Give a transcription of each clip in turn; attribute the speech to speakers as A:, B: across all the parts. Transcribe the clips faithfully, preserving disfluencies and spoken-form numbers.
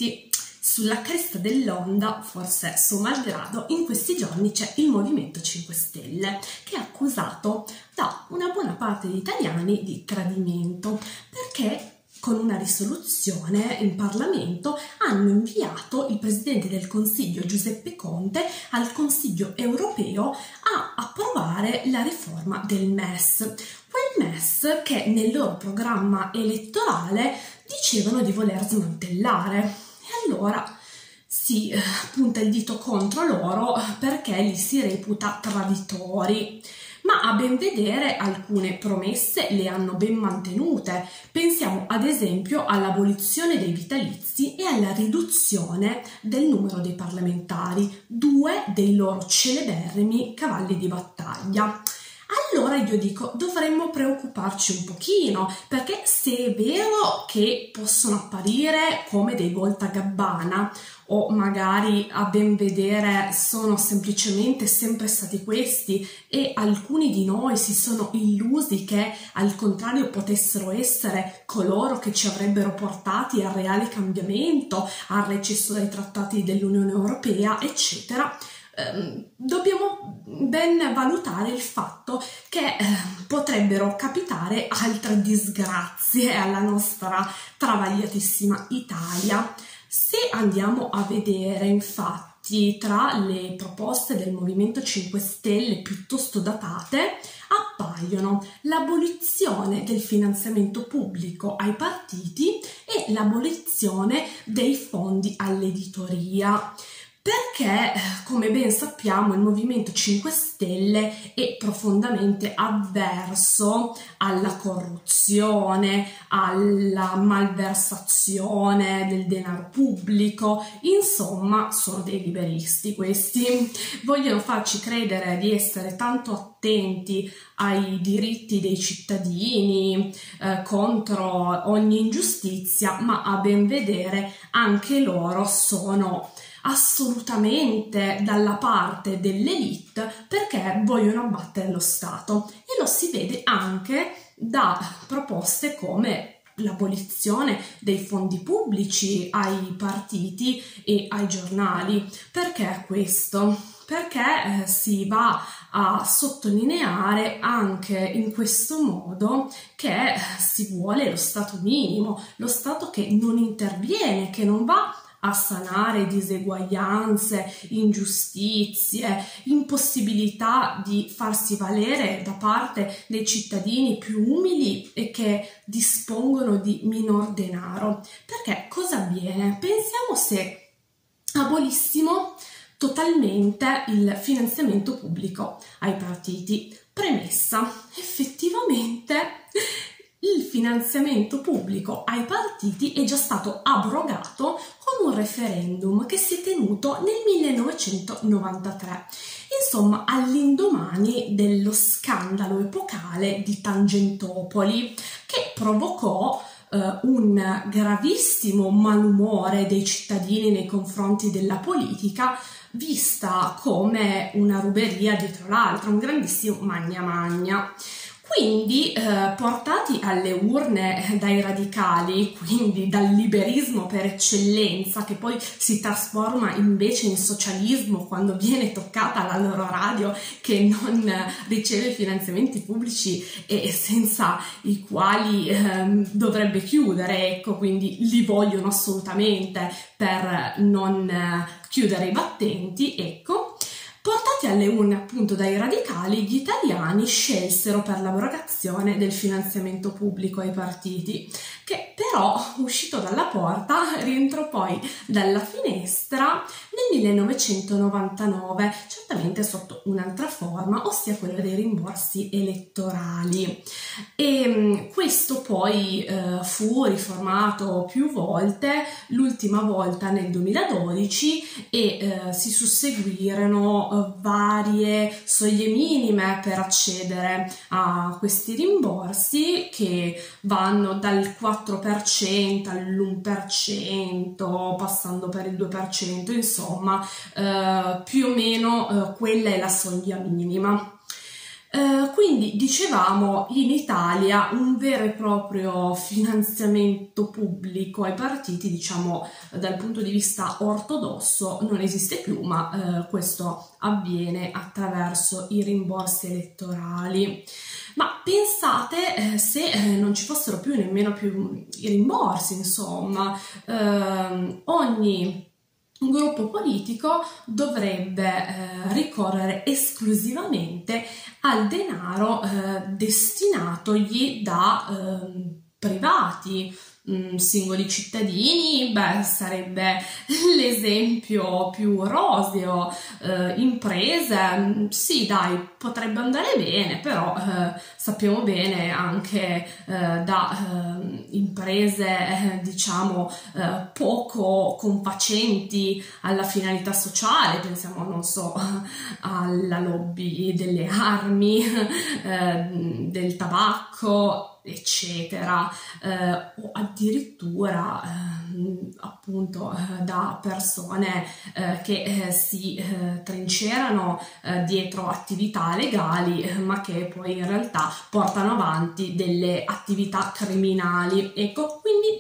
A: tutti. Sulla cresta dell'onda, forse suo malgrado, in questi giorni c'è il Movimento cinque Stelle che è accusato da una buona parte di italiani di tradimento perché con una risoluzione in Parlamento hanno inviato il Presidente del Consiglio Giuseppe Conte al Consiglio europeo a approvare la riforma del M E S. Quel M E S che nel loro programma elettorale dicevano di voler smantellare. E allora si eh, punta il dito contro loro perché li si reputa traditori. Ma a ben vedere alcune promesse le hanno ben mantenute. Pensiamo ad esempio all'abolizione dei vitalizi e alla riduzione del numero dei parlamentari, due dei loro celeberrimi cavalli di battaglia. Allora io dico, dovremmo preoccuparci un pochino, perché se è vero che possono apparire come dei voltagabbana o magari a ben vedere sono semplicemente sempre stati questi e alcuni di noi si sono illusi che al contrario potessero essere coloro che ci avrebbero portati al reale cambiamento, al recesso dai trattati dell'Unione Europea, eccetera, dobbiamo ben valutare il fatto che eh, potrebbero capitare altre disgrazie alla nostra travagliatissima Italia. Se andiamo a vedere infatti tra le proposte del Movimento cinque Stelle piuttosto datate appaiono l'abolizione del finanziamento pubblico ai partiti e l'abolizione dei fondi all'editoria. Perché, come ben sappiamo, il Movimento cinque Stelle è profondamente avverso alla corruzione, alla malversazione del denaro pubblico, insomma sono dei liberisti questi, vogliono farci credere di essere tanto attenti ai diritti dei cittadini, eh, contro ogni ingiustizia, ma a ben vedere anche loro sono assolutamente dalla parte dell'elite perché vogliono abbattere lo Stato, e lo si vede anche da proposte come l'abolizione dei fondi pubblici ai partiti e ai giornali. Perché questo? Perché eh, si va a sottolineare anche in questo modo che eh, si vuole lo Stato minimo, lo Stato che non interviene, che non va a sanare diseguaglianze, ingiustizie, impossibilità di farsi valere da parte dei cittadini più umili e che dispongono di minor denaro. Perché cosa avviene? Pensiamo se abolissimo totalmente il finanziamento pubblico ai partiti. Premessa, effettivamente il finanziamento pubblico ai partiti è già stato abrogato con un referendum che si è tenuto nel millenovecentonovantatré, insomma all'indomani dello scandalo epocale di Tangentopoli, che provocò eh, un gravissimo malumore dei cittadini nei confronti della politica, vista come una ruberia dietro l'altra, un grandissimo magna magna. Quindi, eh, portati alle urne dai radicali, quindi dal liberismo per eccellenza, che poi si trasforma invece in socialismo quando viene toccata la loro radio, che non riceve finanziamenti pubblici e senza i quali eh, dovrebbe chiudere, ecco, quindi li vogliono assolutamente per non eh, chiudere i battenti, ecco. Portati alle urne appunto dai radicali, gli italiani scelsero per l'abrogazione del finanziamento pubblico ai partiti, che però, uscito dalla porta, rientrò poi dalla finestra nel millenovecentonovantanove, certamente sotto un'altra forma, ossia quella dei rimborsi elettorali. E questo poi eh, fu riformato più volte, l'ultima volta nel duemiladodici, e eh, si susseguirono varie soglie minime per accedere a questi rimborsi, che vanno dal quattro per cento all'uno per cento, passando per il due per cento, insomma eh, più o meno eh, quella è la soglia minima. Eh, quindi dicevamo, in Italia un vero e proprio finanziamento pubblico ai partiti, diciamo dal punto di vista ortodosso, non esiste più, ma eh, questo avviene attraverso i rimborsi elettorali. Ma pensate eh, se eh, non ci fossero più nemmeno più i rimborsi, insomma, ehm, ogni gruppo politico dovrebbe eh, ricorrere esclusivamente al denaro eh, destinatogli da eh, privati, mh, singoli cittadini. Beh, sarebbe l'esempio più roseo. Eh, imprese, mh, sì dai, potrebbe andare bene, però eh, sappiamo bene anche eh, da eh, imprese eh, diciamo eh, poco confacenti alla finalità sociale, pensiamo non so alla lobby delle armi, eh, del tabacco, eccetera, eh, o addirittura eh, appunto eh, da persone eh, che eh, si eh, trincerano eh, dietro attività legali eh, ma che poi in realtà portano avanti delle attività criminali. Ecco, quindi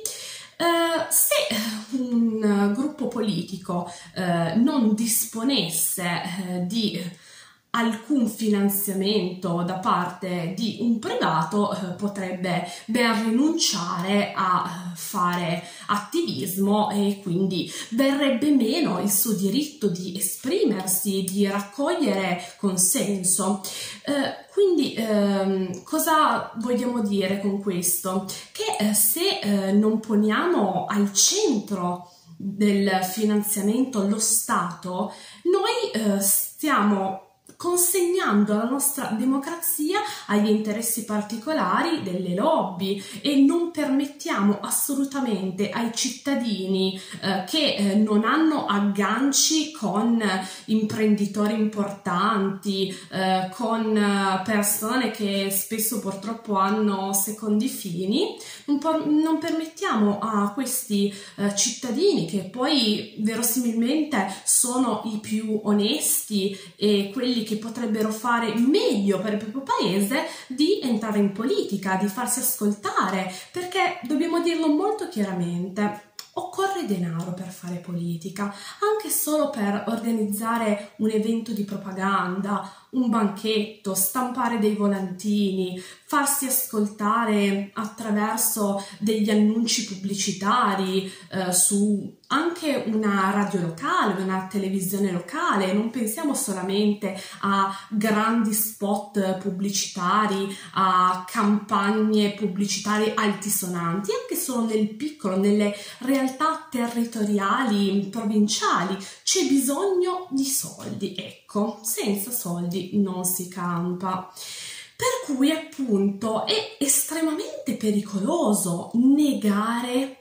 A: Uh, se un gruppo politico uh, non disponesse uh, di alcun finanziamento da parte di un privato, uh, potrebbe ben rinunciare a fare attivismo e quindi verrebbe meno il suo diritto di esprimersi, di raccogliere consenso. Uh, Quindi ehm, cosa vogliamo dire con questo? Che eh, se eh, non poniamo al centro del finanziamento lo Stato, noi eh, stiamo consegnando la nostra democrazia agli interessi particolari delle lobby e non permettiamo assolutamente ai cittadini eh, che eh, non hanno agganci con imprenditori importanti, eh, con eh, persone che spesso purtroppo hanno secondi fini, non, por- non permettiamo a questi eh, cittadini, che poi verosimilmente sono i più onesti e quelli che che potrebbero fare meglio per il proprio paese, di entrare in politica, di farsi ascoltare, perché dobbiamo dirlo molto chiaramente. Occorre denaro per fare politica, anche solo per organizzare un evento di propaganda, un banchetto, stampare dei volantini, farsi ascoltare attraverso degli annunci pubblicitari eh, su anche una radio locale, una televisione locale. Non pensiamo solamente a grandi spot pubblicitari, a campagne pubblicitarie altisonanti, anche solo nel piccolo, nelle realtà territoriali, provinciali, c'è bisogno di soldi. Ecco, senza soldi non si campa. Per cui appunto è estremamente pericoloso negare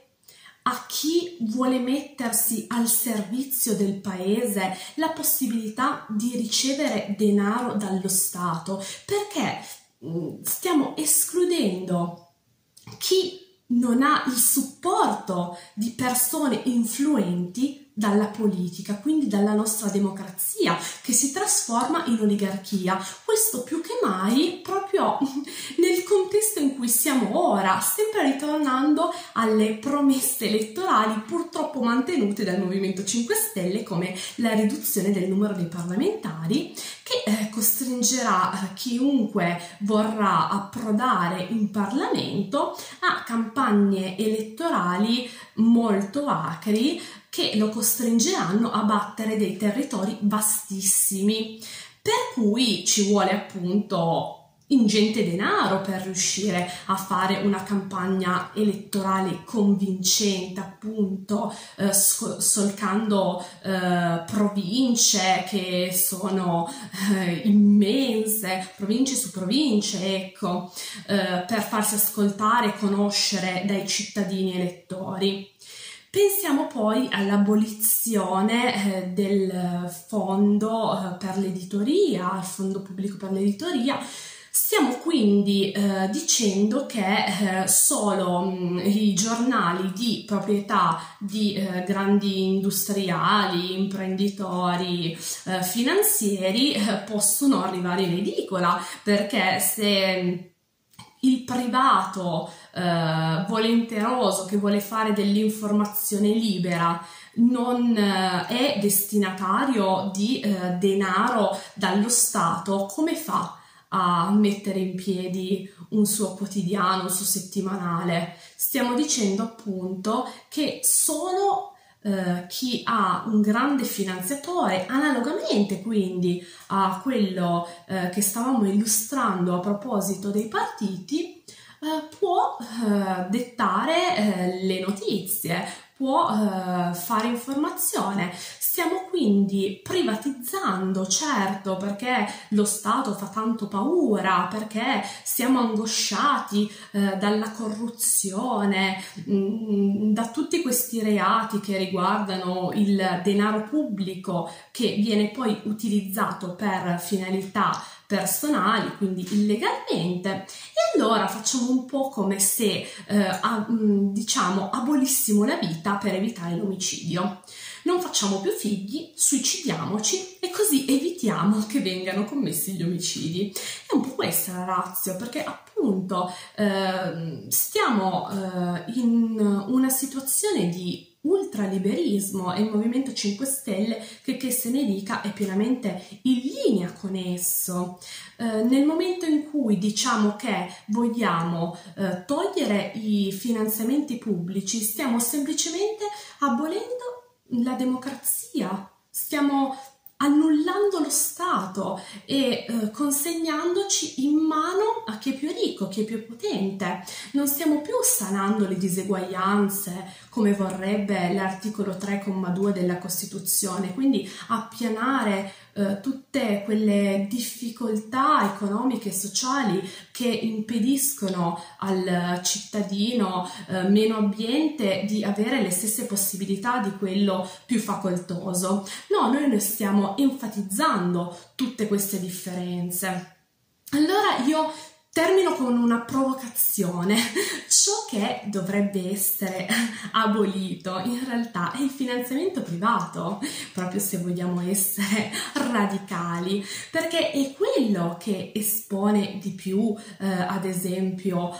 A: a chi vuole mettersi al servizio del paese la possibilità di ricevere denaro dallo Stato, perché stiamo escludendo chi non ha il supporto di persone influenti dalla politica, quindi dalla nostra democrazia, che si trasforma in oligarchia. Questo più che mai proprio nel contesto in cui siamo ora, sempre ritornando alle promesse elettorali purtroppo mantenute dal Movimento cinque Stelle, come la riduzione del numero dei parlamentari, che eh, costringerà eh, chiunque vorrà approdare in Parlamento a campagne elettorali molto acri, che lo costringeranno a battere dei territori vastissimi, per cui ci vuole appunto ingente denaro per riuscire a fare una campagna elettorale convincente, appunto eh, solcando eh, province che sono eh, immense, province su province, ecco, eh, per farsi ascoltare e conoscere dai cittadini elettori. Pensiamo poi all'abolizione eh, del fondo eh, per l'editoria, il fondo pubblico per l'editoria. Stiamo quindi eh, dicendo che eh, solo mh, i giornali di proprietà di eh, grandi industriali, imprenditori eh, finanziari eh, possono arrivare in edicola, perché se il privato eh, volenteroso che vuole fare dell'informazione libera non eh, è destinatario di eh, denaro dallo Stato, come fa a mettere in piedi un suo quotidiano, un suo settimanale? Stiamo dicendo appunto che solo eh, chi ha un grande finanziatore, analogamente quindi a quello eh, che stavamo illustrando a proposito dei partiti, eh, può eh, dettare eh, le notizie, può eh, fare informazione. Stiamo quindi privatizzando, certo, perché lo Stato fa tanto paura, perché siamo angosciati eh, dalla corruzione, mh, da tutti questi reati che riguardano il denaro pubblico che viene poi utilizzato per finalità personali, quindi illegalmente, e allora facciamo un po' come se eh, a, diciamo abolissimo la vita per evitare l'omicidio. Non facciamo più figli, suicidiamoci e così evitiamo che vengano commessi gli omicidi. È un po' questa la ratio, perché appunto eh, stiamo eh, in una situazione di ultraliberismo e il Movimento cinque Stelle, che, che se ne dica, è pienamente in linea con esso. Eh, nel momento in cui diciamo che vogliamo eh, togliere i finanziamenti pubblici, stiamo semplicemente abolendo la democrazia, stiamo annullando lo Stato e eh, consegnandoci in mano a chi è più ricco, chi è più potente. Non stiamo più sanando le diseguaglianze come vorrebbe l'articolo tre comma due della Costituzione, quindi appianare eh, tutte quelle difficoltà economiche e sociali che impediscono al cittadino eh, meno abbiente di avere le stesse possibilità di quello più facoltoso. No, noi ne stiamo enfatizzando tutte queste differenze. Allora io termino con una provocazione. Ciò che dovrebbe essere abolito in realtà è il finanziamento privato, proprio se vogliamo essere radicali, perché è quello che espone di più, eh, ad esempio,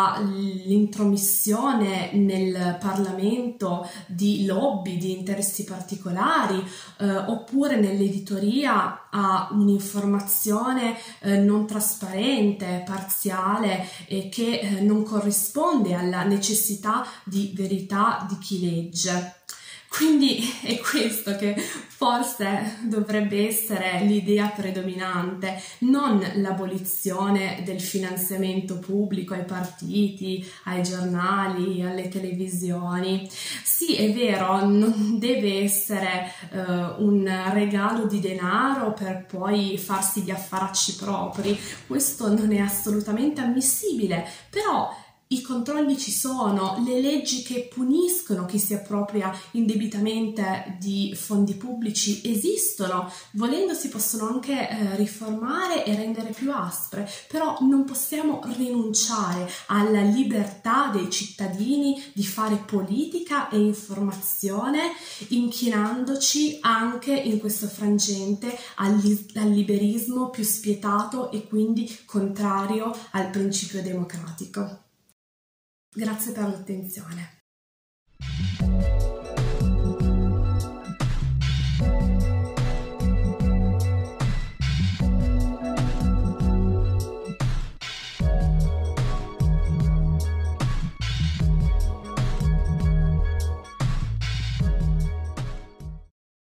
A: all'intromissione nel Parlamento di lobby, di interessi particolari, eh, oppure nell'editoria a un'informazione eh, non trasparente, parziale e che eh, non corrisponde alla necessità di verità di chi legge. Quindi è questo che forse dovrebbe essere l'idea predominante, non l'abolizione del finanziamento pubblico ai partiti, ai giornali, alle televisioni. Sì, è vero, non deve essere uh, un regalo di denaro per poi farsi gli affaracci propri, questo non è assolutamente ammissibile, però i controlli ci sono, le leggi che puniscono chi si appropria indebitamente di fondi pubblici esistono, volendo si possono anche eh, riformare e rendere più aspre, però non possiamo rinunciare alla libertà dei cittadini di fare politica e informazione, inchinandoci anche in questo frangente al, al liberismo più spietato e quindi contrario al principio democratico. Grazie per l'attenzione.